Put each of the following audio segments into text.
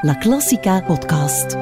La Classica podcast.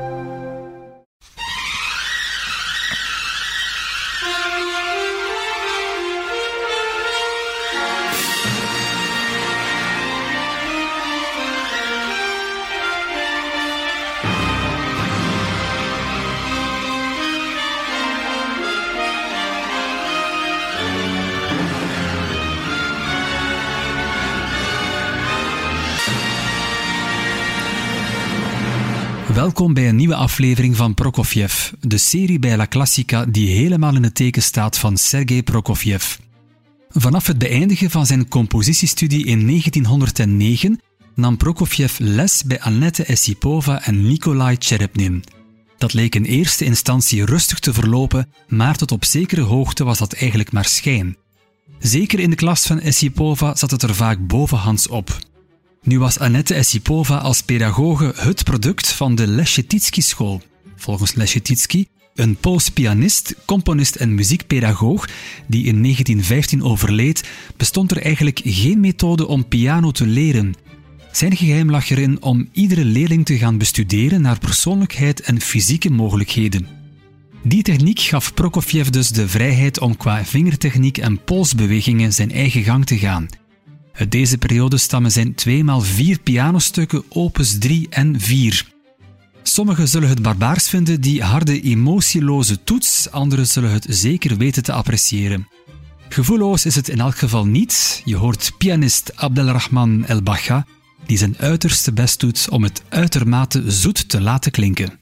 Welkom bij een nieuwe aflevering van Prokofjev, de serie bij La Classica die helemaal in het teken staat van Sergei Prokofjev. Vanaf het beëindigen van zijn compositiestudie in 1909 nam Prokofjev les bij Annette Esipova en Nikolai Cherepnin. Dat leek in eerste instantie rustig te verlopen, maar tot op zekere hoogte was dat eigenlijk maar schijn. Zeker in de klas van Esipova zat het er vaak bovenhands op. Nu was Annette Esipova als pedagoge het product van de Leschetizky-school. Volgens Leschetizky, een Pools pianist, componist en muziekpedagoog die in 1915 overleed, bestond er eigenlijk geen methode om piano te leren. Zijn geheim lag erin om iedere leerling te gaan bestuderen naar persoonlijkheid en fysieke mogelijkheden. Die techniek gaf Prokofjev dus de vrijheid om qua vingertechniek en polsbewegingen zijn eigen gang te gaan. Uit deze periode stammen zijn 2x4 pianostukken opus 3 en 4. Sommigen zullen het barbaars vinden, die harde, emotieloze toets, anderen zullen het zeker weten te appreciëren. Gevoelloos is het in elk geval niet. Je hoort pianist Abdelrahman El-Bacha, die zijn uiterste best doet om het uitermate zoet te laten klinken.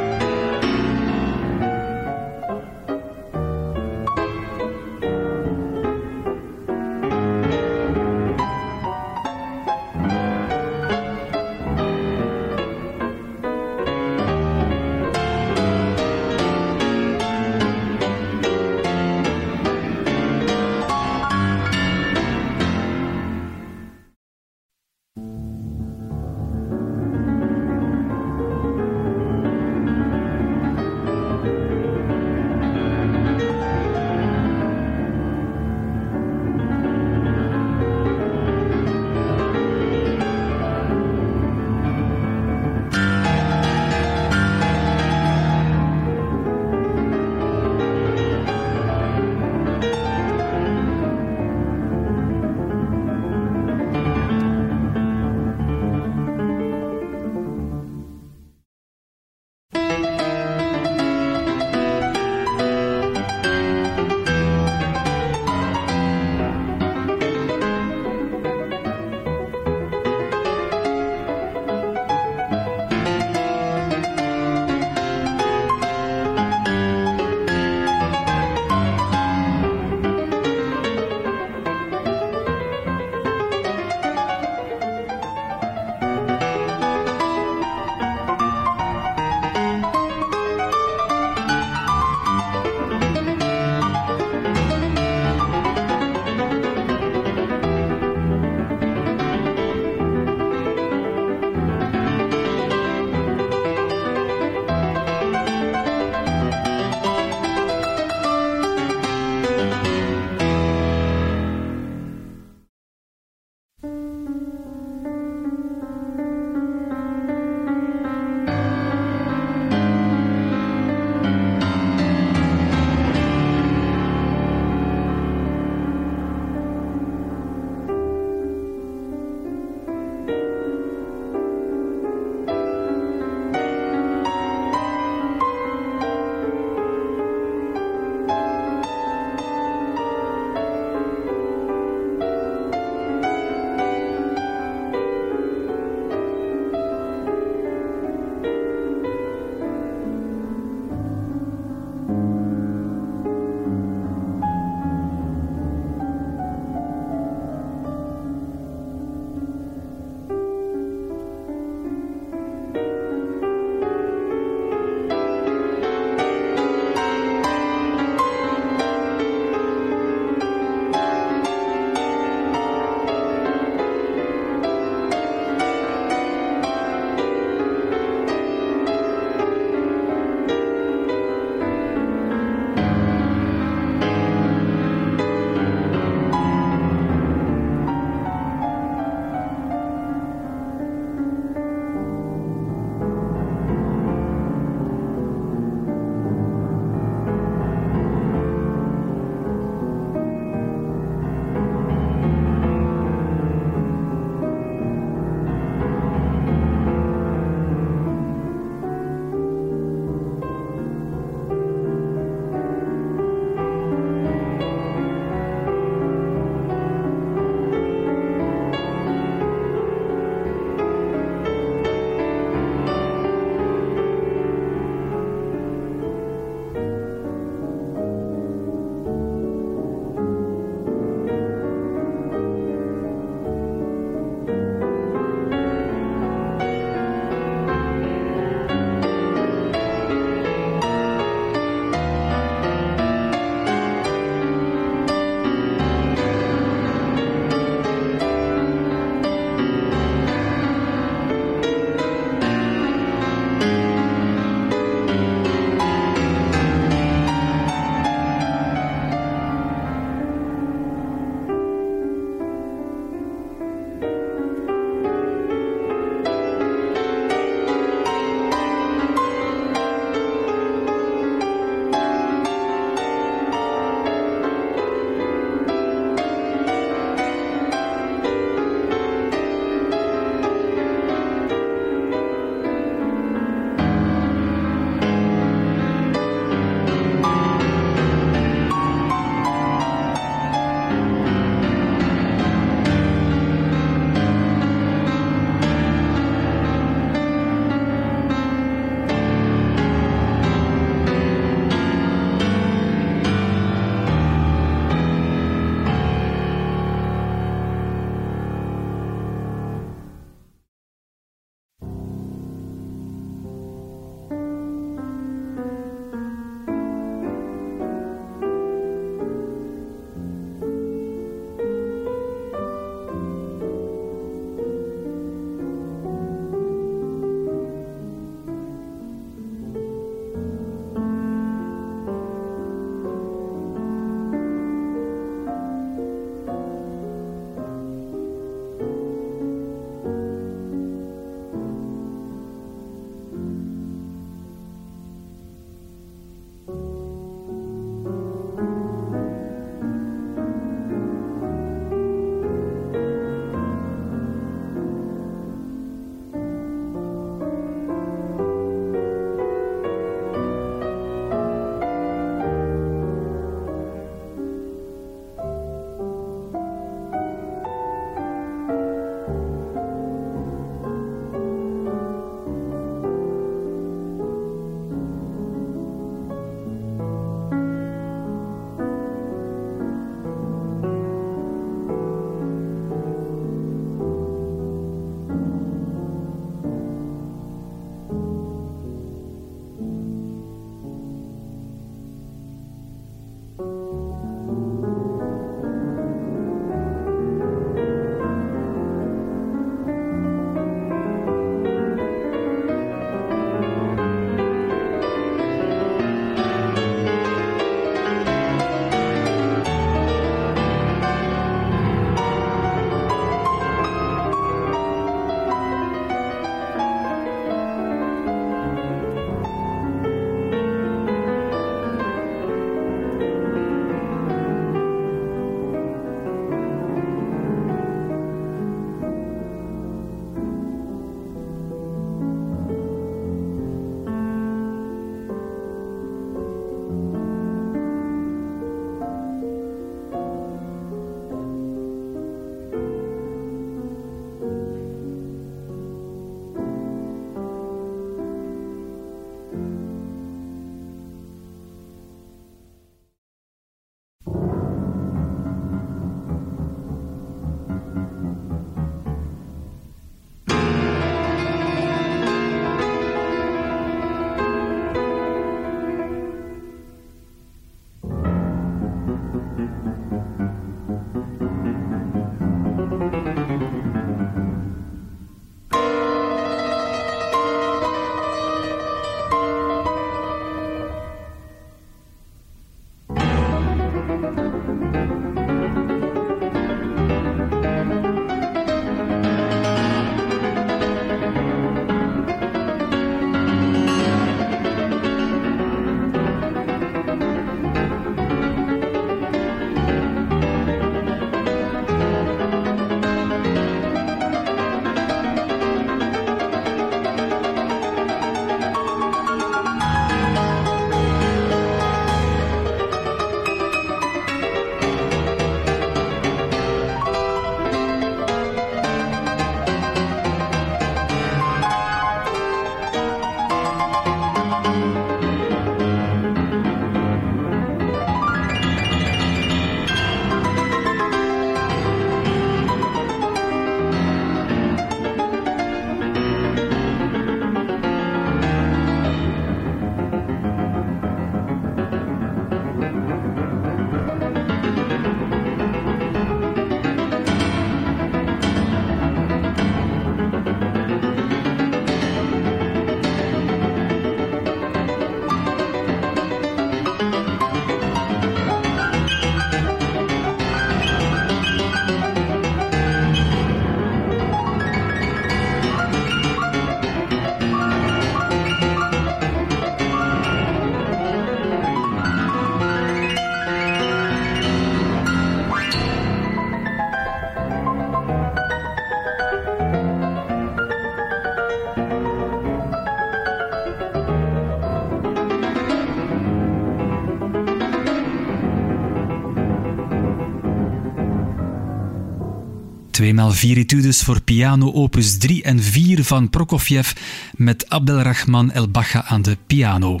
2x4 etudes voor piano opus 3 en 4 van Prokofjev met Abdelrahman El-Bacha aan de piano.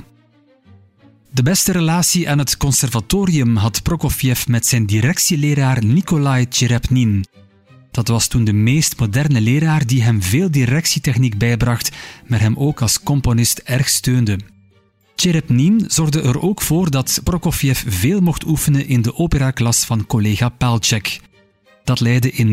De beste relatie aan het conservatorium had Prokofjev met zijn directieleraar Nikolai Tcherepnin. Dat was toen de meest moderne leraar die hem veel directietechniek bijbracht, maar hem ook als componist erg steunde. Tcherepnin zorgde er ook voor dat Prokofjev veel mocht oefenen in de operaklas van collega Palček. Dat leidde in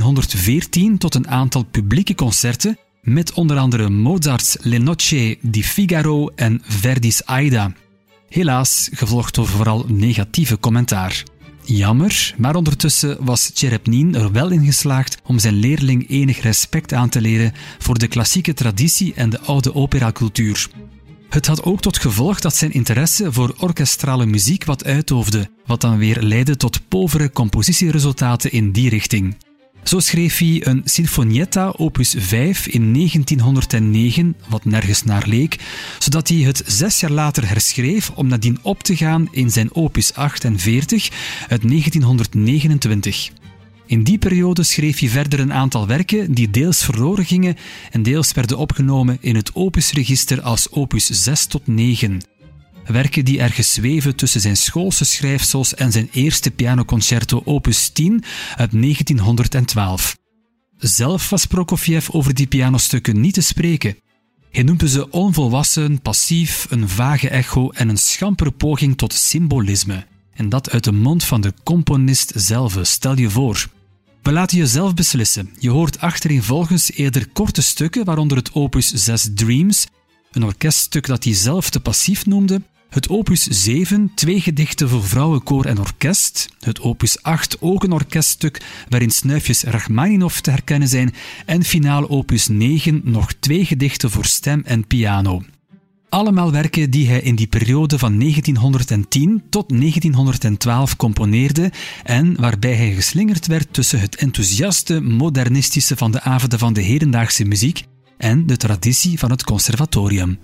1914 tot een aantal publieke concerten met onder andere Mozart's Le Nocche di Figaro en Verdi's Aida. Helaas gevolgd door vooral negatieve commentaar. Jammer, maar ondertussen was Tcherepnin er wel in geslaagd om zijn leerling enig respect aan te leren voor de klassieke traditie en de oude operacultuur. Het had ook tot gevolg dat zijn interesse voor orkestrale muziek wat uitdoofde, wat dan weer leidde tot povere compositieresultaten in die richting. Zo schreef hij een Sinfonietta opus 5 in 1909, wat nergens naar leek, zodat hij het 6 jaar later herschreef om nadien op te gaan in zijn opus 48 uit 1929. In die periode schreef hij verder een aantal werken die deels verloren gingen en deels werden opgenomen in het opusregister als opus 6 tot 9. Werken die ergens zweven tussen zijn schoolse schrijfsels en zijn eerste pianoconcerto opus 10 uit 1912. Zelf was Prokofjev over die pianostukken niet te spreken. Hij noemde ze onvolwassen, passief, een vage echo en een schampere poging tot symbolisme. En dat uit de mond van de componist zelf, stel je voor. We laten je zelf beslissen. Je hoort achtereenvolgens eerder korte stukken, waaronder het opus 6 Dreams, een orkeststuk dat hij zelf te passief noemde, het opus 7, 2 gedichten voor vrouwenkoor en orkest, het opus 8, ook een orkeststuk waarin snuifjes Rachmaninov te herkennen zijn, en finaal opus 9, nog 2 gedichten voor stem en piano. Allemaal werken die hij in die periode van 1910 tot 1912 componeerde en waarbij hij geslingerd werd tussen het enthousiaste modernistische van de avonden van de hedendaagse muziek en de traditie van het conservatorium.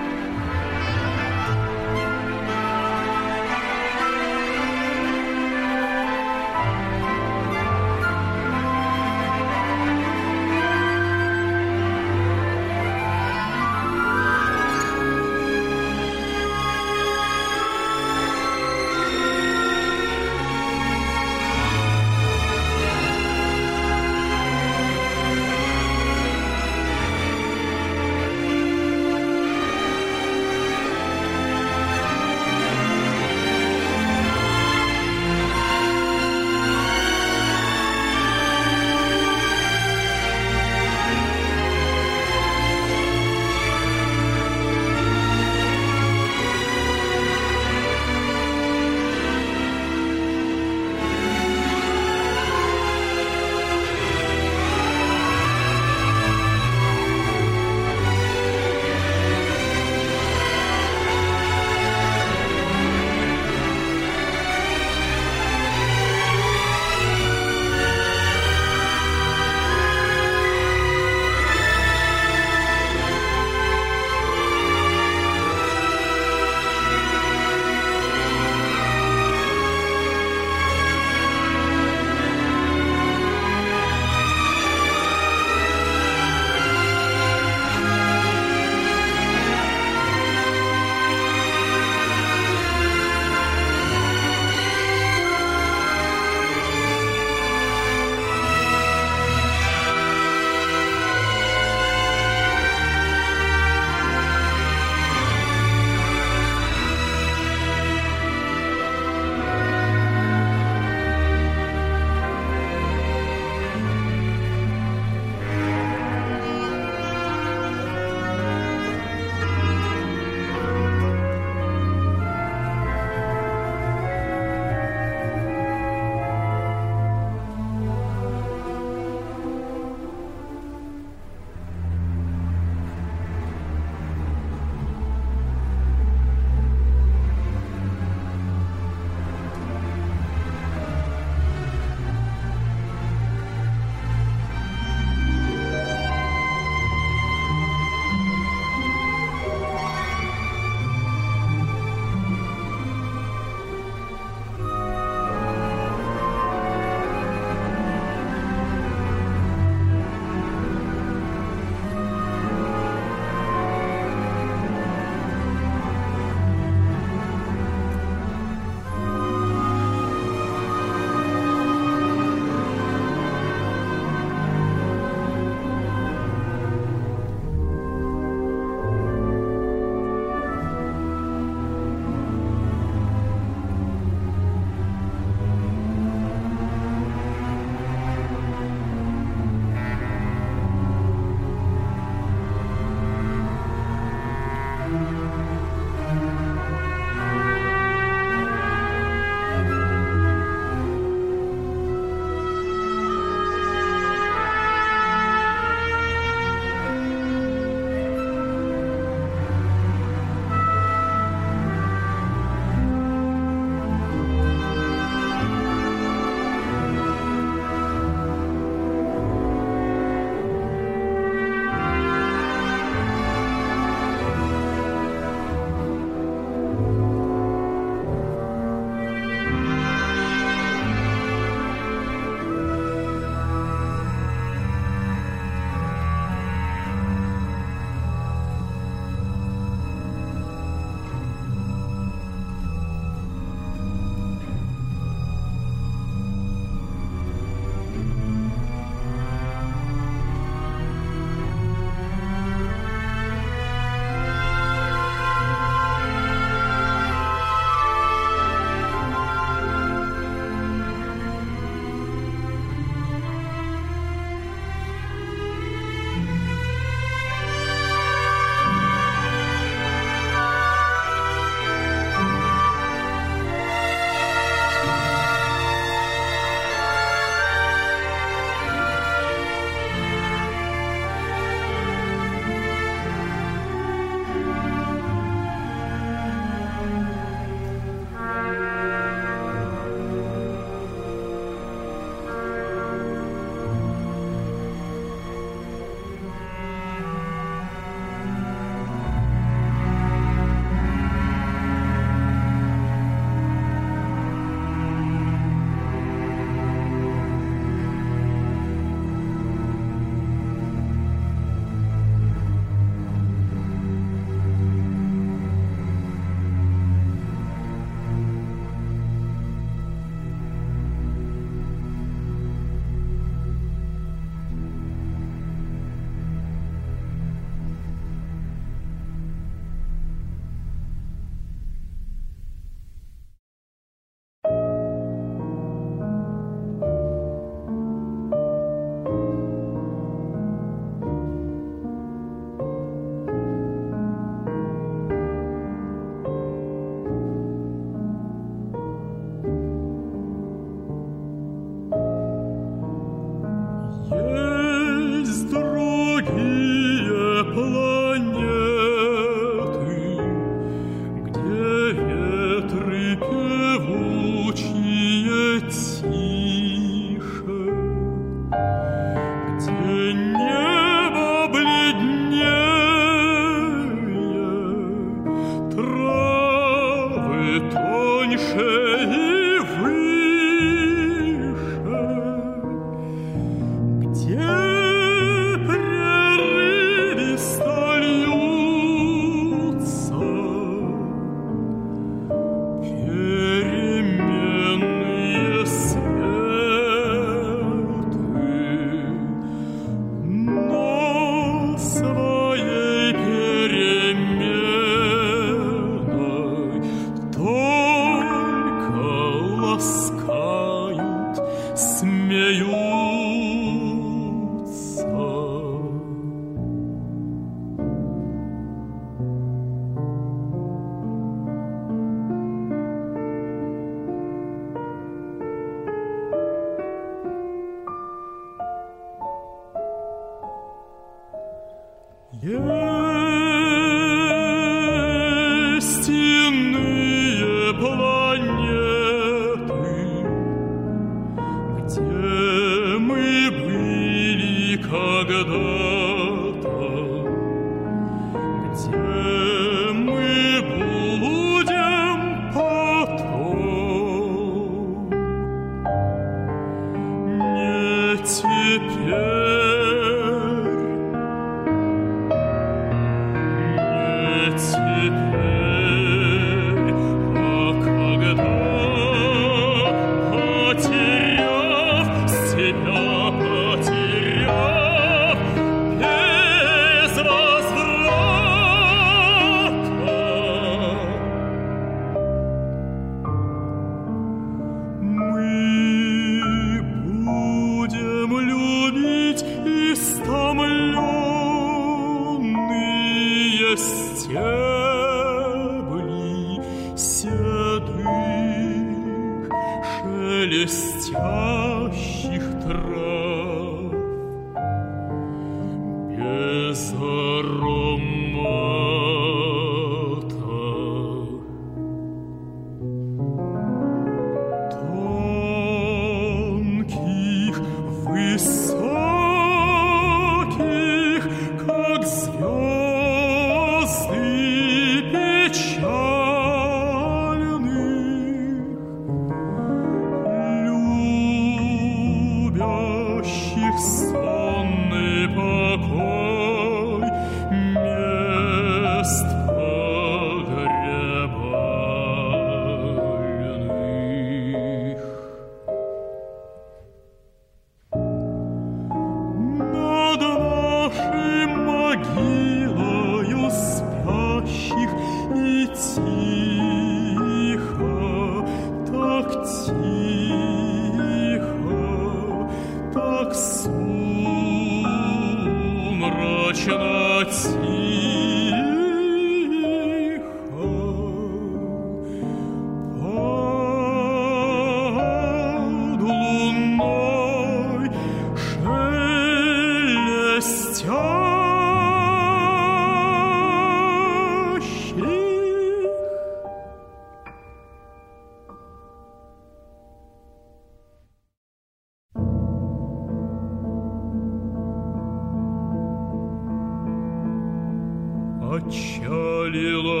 Отчалила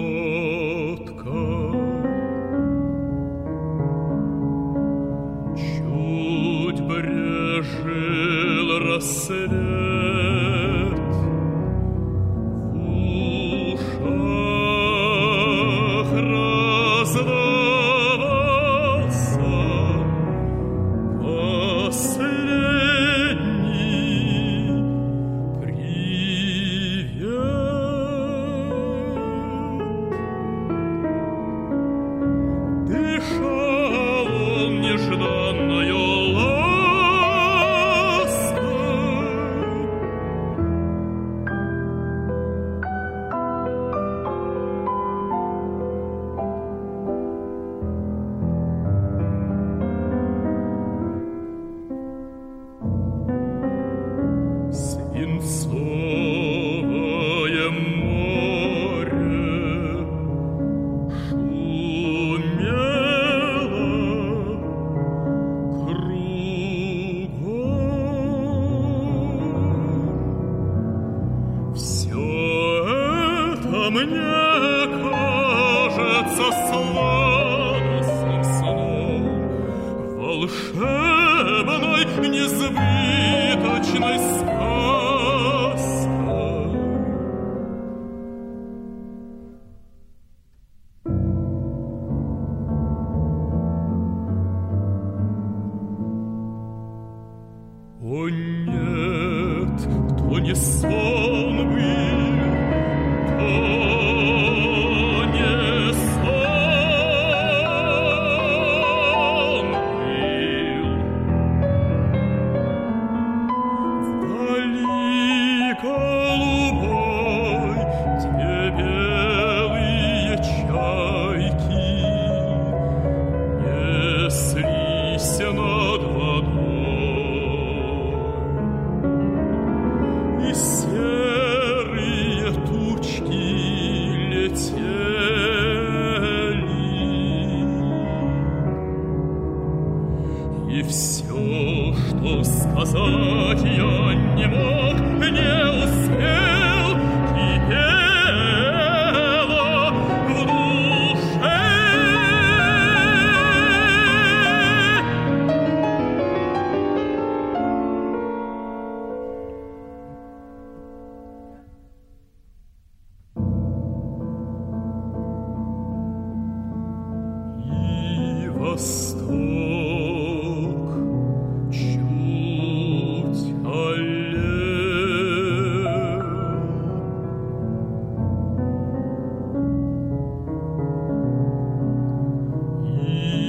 лодка, чуть брежил рассвет, в ушах раздавался последний дышал он нежданною лаской, И все, что сказать я не мог, не успел, кипело в душе. И восток чуть аллел, и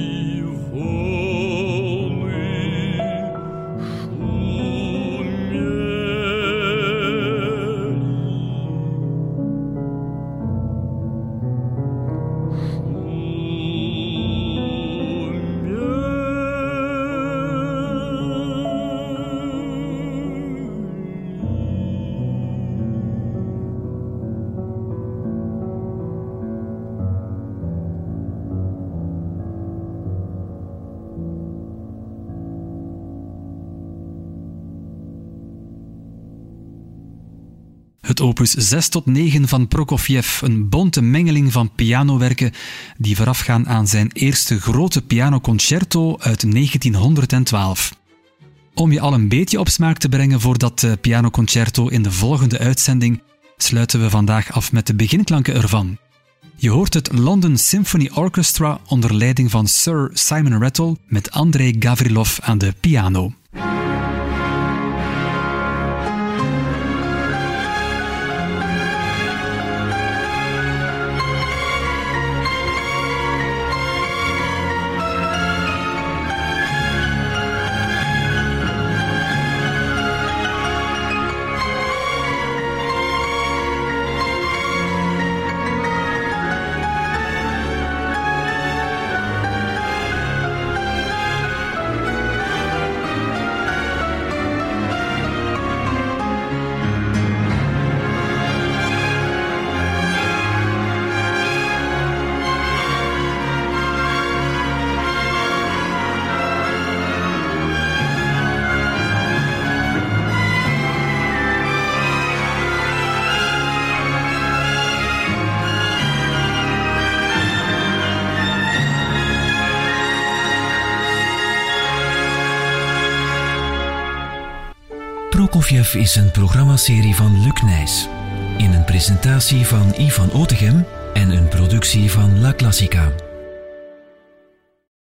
волны Het opus 6 tot 9 van Prokofjev, een bonte mengeling van pianowerken die voorafgaan aan zijn eerste grote pianoconcerto uit 1912. Om je al een beetje op smaak te brengen voor dat pianoconcerto in de volgende uitzending, sluiten we vandaag af met de beginklanken ervan. Je hoort het London Symphony Orchestra onder leiding van Sir Simon Rattle met Andrei Gavrilov aan de piano. Prokofjev is een programmaserie van Luc Nijs. In een presentatie van Ivan Otegem en een productie van La Classica.